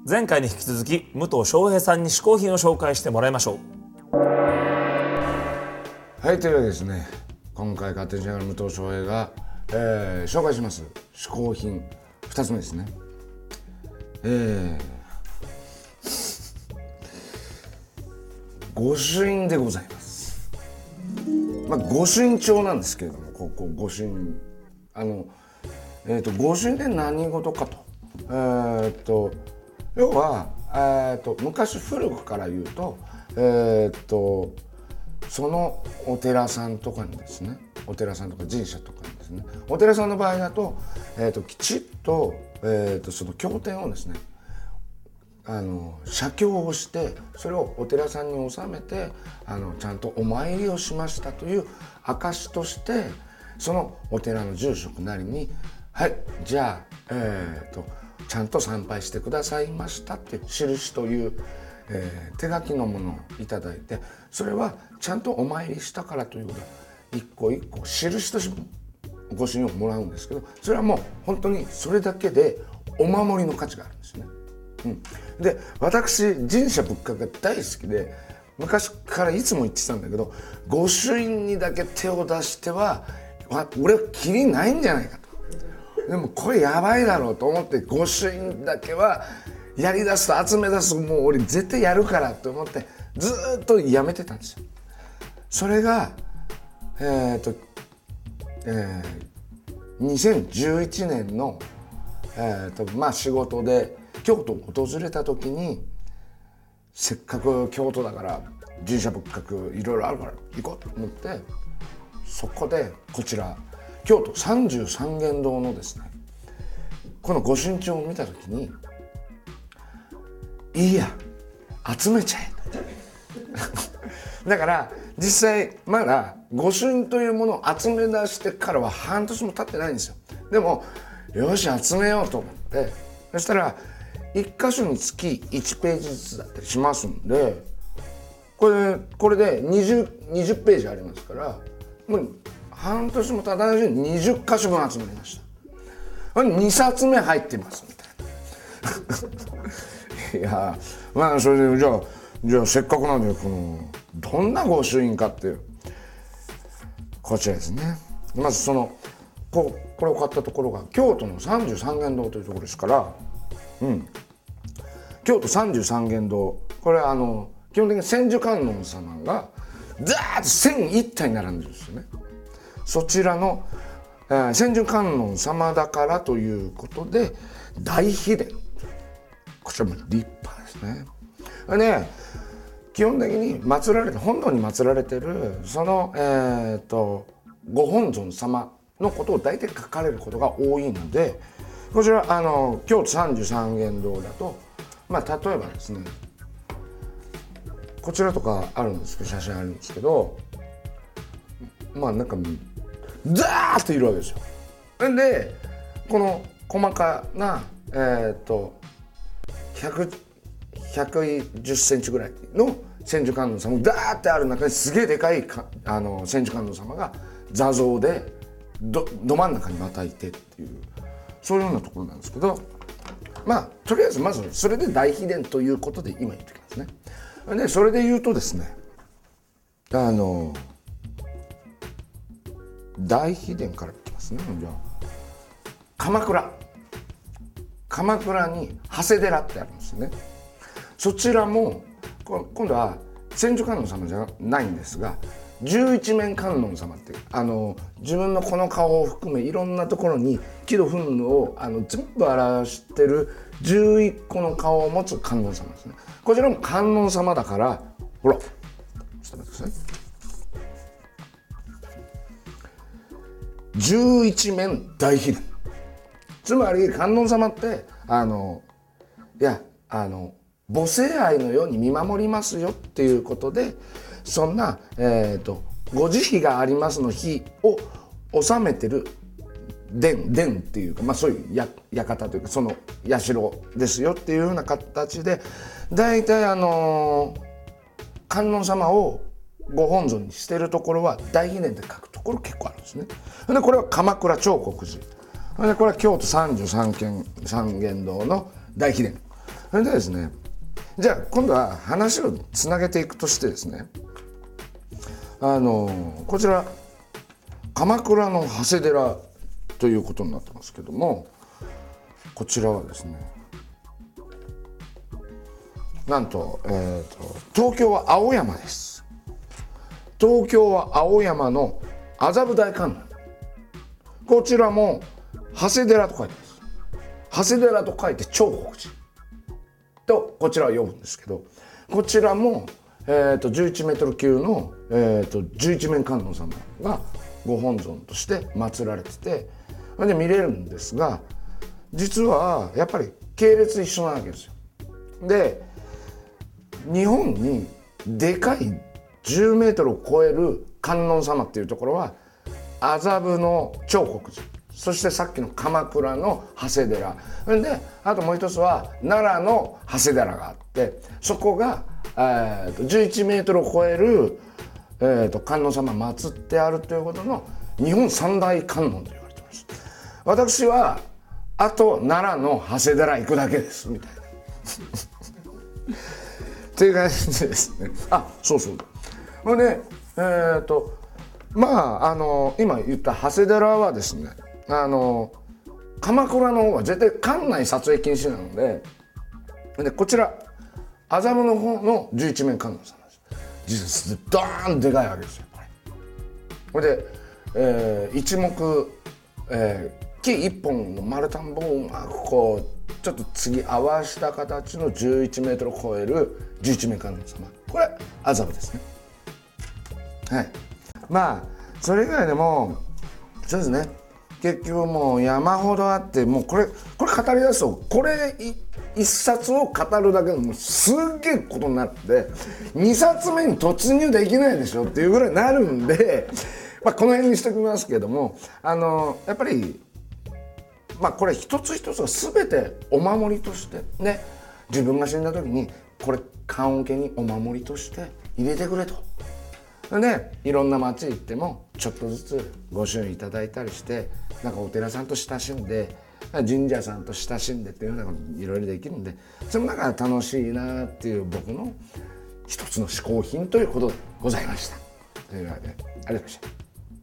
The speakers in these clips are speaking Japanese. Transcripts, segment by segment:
前回に引き続き武藤翔平さんに嗜好品を紹介してもらいましょう。 はい、というわけでですね、今回勝手にしながら武藤翔平が、紹介します嗜好品2つ目ですね。御朱印でございます。御朱印帳なんですけれども、ここ御朱印御朱印で何事かと、要は昔古くから言うと、そのお寺さんとかにですね、お寺さんとか神社とかにですね、お寺さんの場合だと、きちっと、その経典をですね、写経をしてそれをお寺さんに納めてちゃんとお参りをしましたという証として、そのお寺の住職なりに「はい、じゃあ、ちゃんと参拝してくださいました」っていう印という、手書きのものをいただいて、それはちゃんとお参りしたからということは一個一個印として御朱印をもらうんですけど、それはもう本当にそれだけでお守りの価値があるんですね。で、私神社仏閣が大好きで昔からいつも言ってたんだけど、御朱印にだけ手を出しては俺はキリないんじゃないかと。でもこれやばいだろうと思って、御朱印だけはやりだすと集め出すともう俺絶対やるからと思ってずっとやめてたんですよ。それが2011年の仕事で京都を訪れた時に、せっかく京都だから神社仏閣いろいろあるから行こうと思って、そこでこちら京都三十三間堂のですね、この御朱印帳を見た時に、いいや集めちゃえだから実際まだ御朱印というものを集め出してからは半年も経ってないんですよ。でもよし集めようと思って、そしたら1箇所につき1ページずつだったりしますんで、これで 20ページありますから、もう半年も経たないうちに20箇所分集まりました。2冊目入ってますみたいないや、それでじゃあせっかくなんでどんな御朱印かっていう、こちらですね。まずこれを買ったところが京都の三十三間堂というところですから、京都三十三間堂、これは基本的に千手観音様がザーッと千一体並んでるんですよね。そちらの、千手観音様だからということで大秘伝、こちらも立派ですね。で基本的に祀られて、本堂に祀られてるその、ご本尊様のことを大体書かれることが多いので、こちら京都三十三間堂だと、例えばですね、こちらとかあるんですけど、写真あるんですけど、なんかザーッといるわけですよ。でこの細かな110センチぐらいの千手観音様がダーってある中に、すげえでかい千手観音様が座像でど真ん中にまたいてっていう、そういうようなところなんですけど、とりあえずまずそれで大秘伝ということで今言ってきますね。でそれで言うとですね、大秘伝からいきますね。じゃあ鎌倉に長谷寺ってあるんですね。そちらも今度は千手観音様じゃないんですが、十一面観音様って自分のこの顔を含めいろんなところに喜怒憤怒を全部表してる11個の顔を持つ観音様ですね。こちらも観音様だから、ほらちょっと待ってください。十一面大秘伝、つまり観音様って母性愛のように見守りますよっていうことで、そんな、ご慈悲がありますの日を収めてる殿っていうか、そういう館というか、その社ですよっていうような形で、大体観音様をご本尊にしてるところは大秘伝で書くところ結構あるんですね。でこれは鎌倉長国寺で、これは京都三十三間堂の大秘伝それでですね、じゃあ今度は話をつなげていくとしてですね、こちら鎌倉の長谷寺ということになってますけども、こちらはですね、なんと、東京は青山です。東京は青山の麻布大観音、こちらも長谷寺と書いてます。長谷寺と書いて長国寺とこちらは呼ぶんですけど、こちらも、11メートル級の、十一面観音様がご本尊として祀られてて、それで見れるんですが、実はやっぱり系列一緒なわけですよ。で、日本にでかい10メートルを超える観音様っていうところは麻布の長国寺、そしてさっきの鎌倉の長谷寺で、あともう一つは奈良の長谷寺があって、そこが、11メートルを超える、観音様祀ってあるということの日本三大観音と言われてます。私はあと奈良の長谷寺行くだけですみたいなっていう感じでですね。あ、そうそう。これで、今言った長谷寺はですね、鎌倉の方は絶対館内撮影禁止なので、こちら麻布の方の十一面観音さんなんです。実はドーンでかいわけですよ。これで、一目、木一本の丸太んぼをうまくこうちょっと継ぎ合わした形の11メートルを超える十一面観音様、これ麻布ですね。はい。まあそれ以外でもそうですね、結局もう山ほどあって、もうこれ語り出すとこれ一冊を語るだけでもすっげえことになるんで、2冊目に突入できないでしょっていうぐらいになるんで、この辺にしておきますけども、やっぱりこれ一つ一つが全てお守りとしてね、自分が死んだ時にこれ棺桶にお守りとして入れてくれと。でいろんな町行ってもちょっとずつご朱印いただいたりして、なんかお寺さんと親しんで、神社さんと親しんでっていうようなこといろいろできるんで、その中で楽しいなっていう僕の一つの嗜好品ということでございました。というわけでありがとうございました。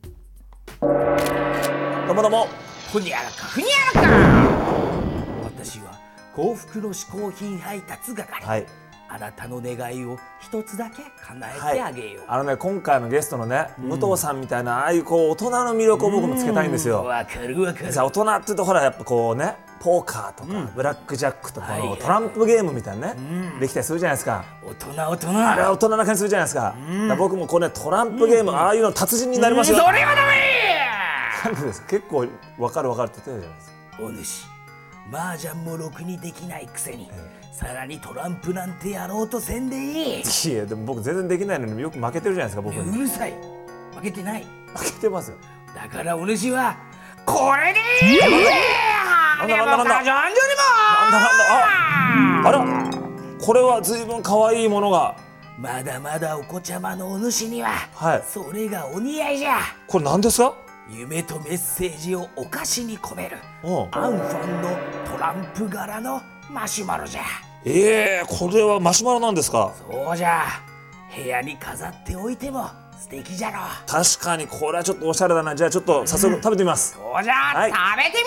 どうもどうも。 ふにゃらかふにゃらか。私は幸福の嗜好品配達係、 はい。 あなたの願いを一つだけ叶えてあげよう、 今回のゲストのね、武藤さんみたいなああいう大人の魅力を僕もつけたいんですよ。 わかるわかる。 大人って言うとほらやっぱこうね、ポーカーとか、ブラックジャックとかのトランプゲームみたいなね、できたりするじゃないですか。 大人あれは大人な感じするじゃないですか。だから僕もこうね、トランプゲーム、ああいうの達人になりますよ。 それはダメ。 なんでですか。結構分かるって言ってたじゃないですか。 お主、麻雀もろくにできないくせに、さらにトランプなんてやろうとせんでいい。 いやでも僕全然できないのによく負けてるじゃないですか。僕うにるさい、負けてない。 負けてますよ。 だからお主はこれでいい。 なんだあら、これは随分可愛いものが。 まだまだお子ちゃまのお主には、 はい、 それがお似合いじゃ。 これ何ですか。 夢とメッセージをお菓子に込めるうん、 アンファンのトランプ柄のマシュマロじゃ。 これはマシュマロなんですか。 そうじゃ、部屋に飾っておいても素敵じゃろ。 確かにこれはちょっとおしゃれだな。じゃあちょっと早速食べてみます。 そうじゃ、 はい、 食べて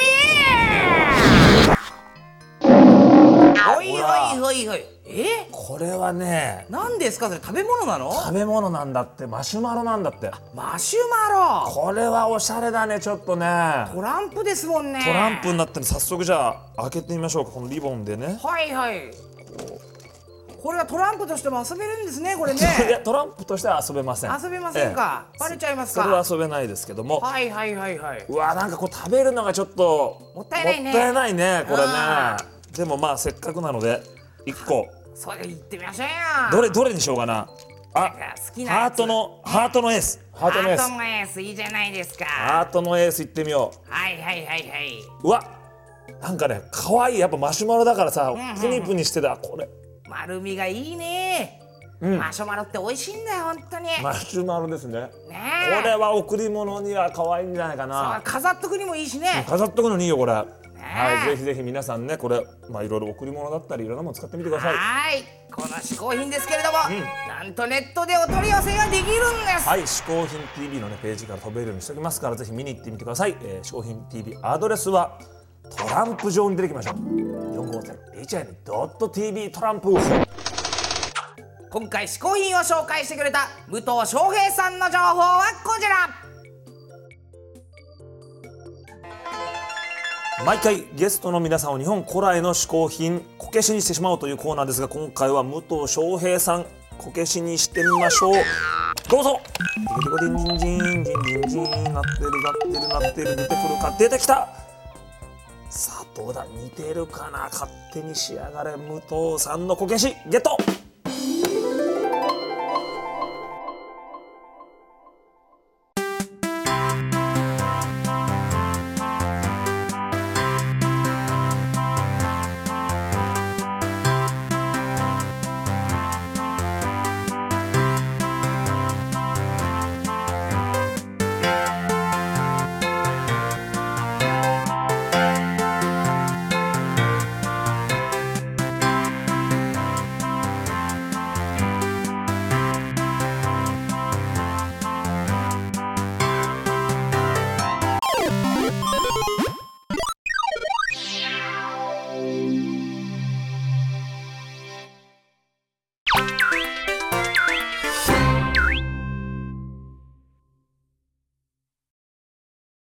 みー。おいおいおいおい。 これはね、 何ですかそれ。食べ物なの？ 食べ物なんだって。マシュマロなんだって。 マシュマロ。 これはおしゃれだね。ちょっとね、 トランプですもんね。 トランプになってる。早速じゃあ開けてみましょうか。このリボンでね。 はいはい。これはトランプとしても遊べるんですね。これね。 いやトランプとしては遊べません。 遊べませんか。バレちゃいますか。 それは遊べないですけども。 はいはいはいはい。 うわ、なんかこう食べるのがちょっともったいないね。 もったいないねこれね。でもまあせっかくなので1個。 それ言ってみましょうよ。 どれにしようかな。あ、 好きなハートのエース。ハートのエース。 ハートのエースいいじゃないですか。 ハートのエースいってみよう。 はいはいはいはい。 うわ、なんかね可愛い。やっぱマシュマロだからさ、プニプニしてた。これ丸みがいいね。マシュマロって美味しいんだよ本当に。 マシュマロですね。 ねこれは贈り物には可愛いんじゃないかな。 そう、飾っとくにもいいしね。 飾っとくのにいいよこれ。 ねはい、ぜひぜひ皆さんね、これまあいろいろ贈り物だったりいろんなもの使ってみてください。 はい、この嗜好品ですけれども、なんとネットでお取り寄せができるんです。 はい、嗜好品 TV のねページから飛べるようにしておきますから、ぜひ見に行ってみてください。嗜好品 TV アドレスはトランプ場に出てきましょう。450HN.TV トランプ。 今回嗜好品を紹介してくれた武藤翔平さんの情報はこちら。 毎回ゲストの皆さんを日本古来の嗜好品こけしにしてしまおうというコーナーですが、今回は武藤翔平さんこけしにしてみましょう。どうぞ。ジンジンジンジンジンジン、なってるなってるなってる、出てくるか、出てきた。さあどうだ、似てるかな。勝手に仕上がれ、武藤さんのこけしゲット。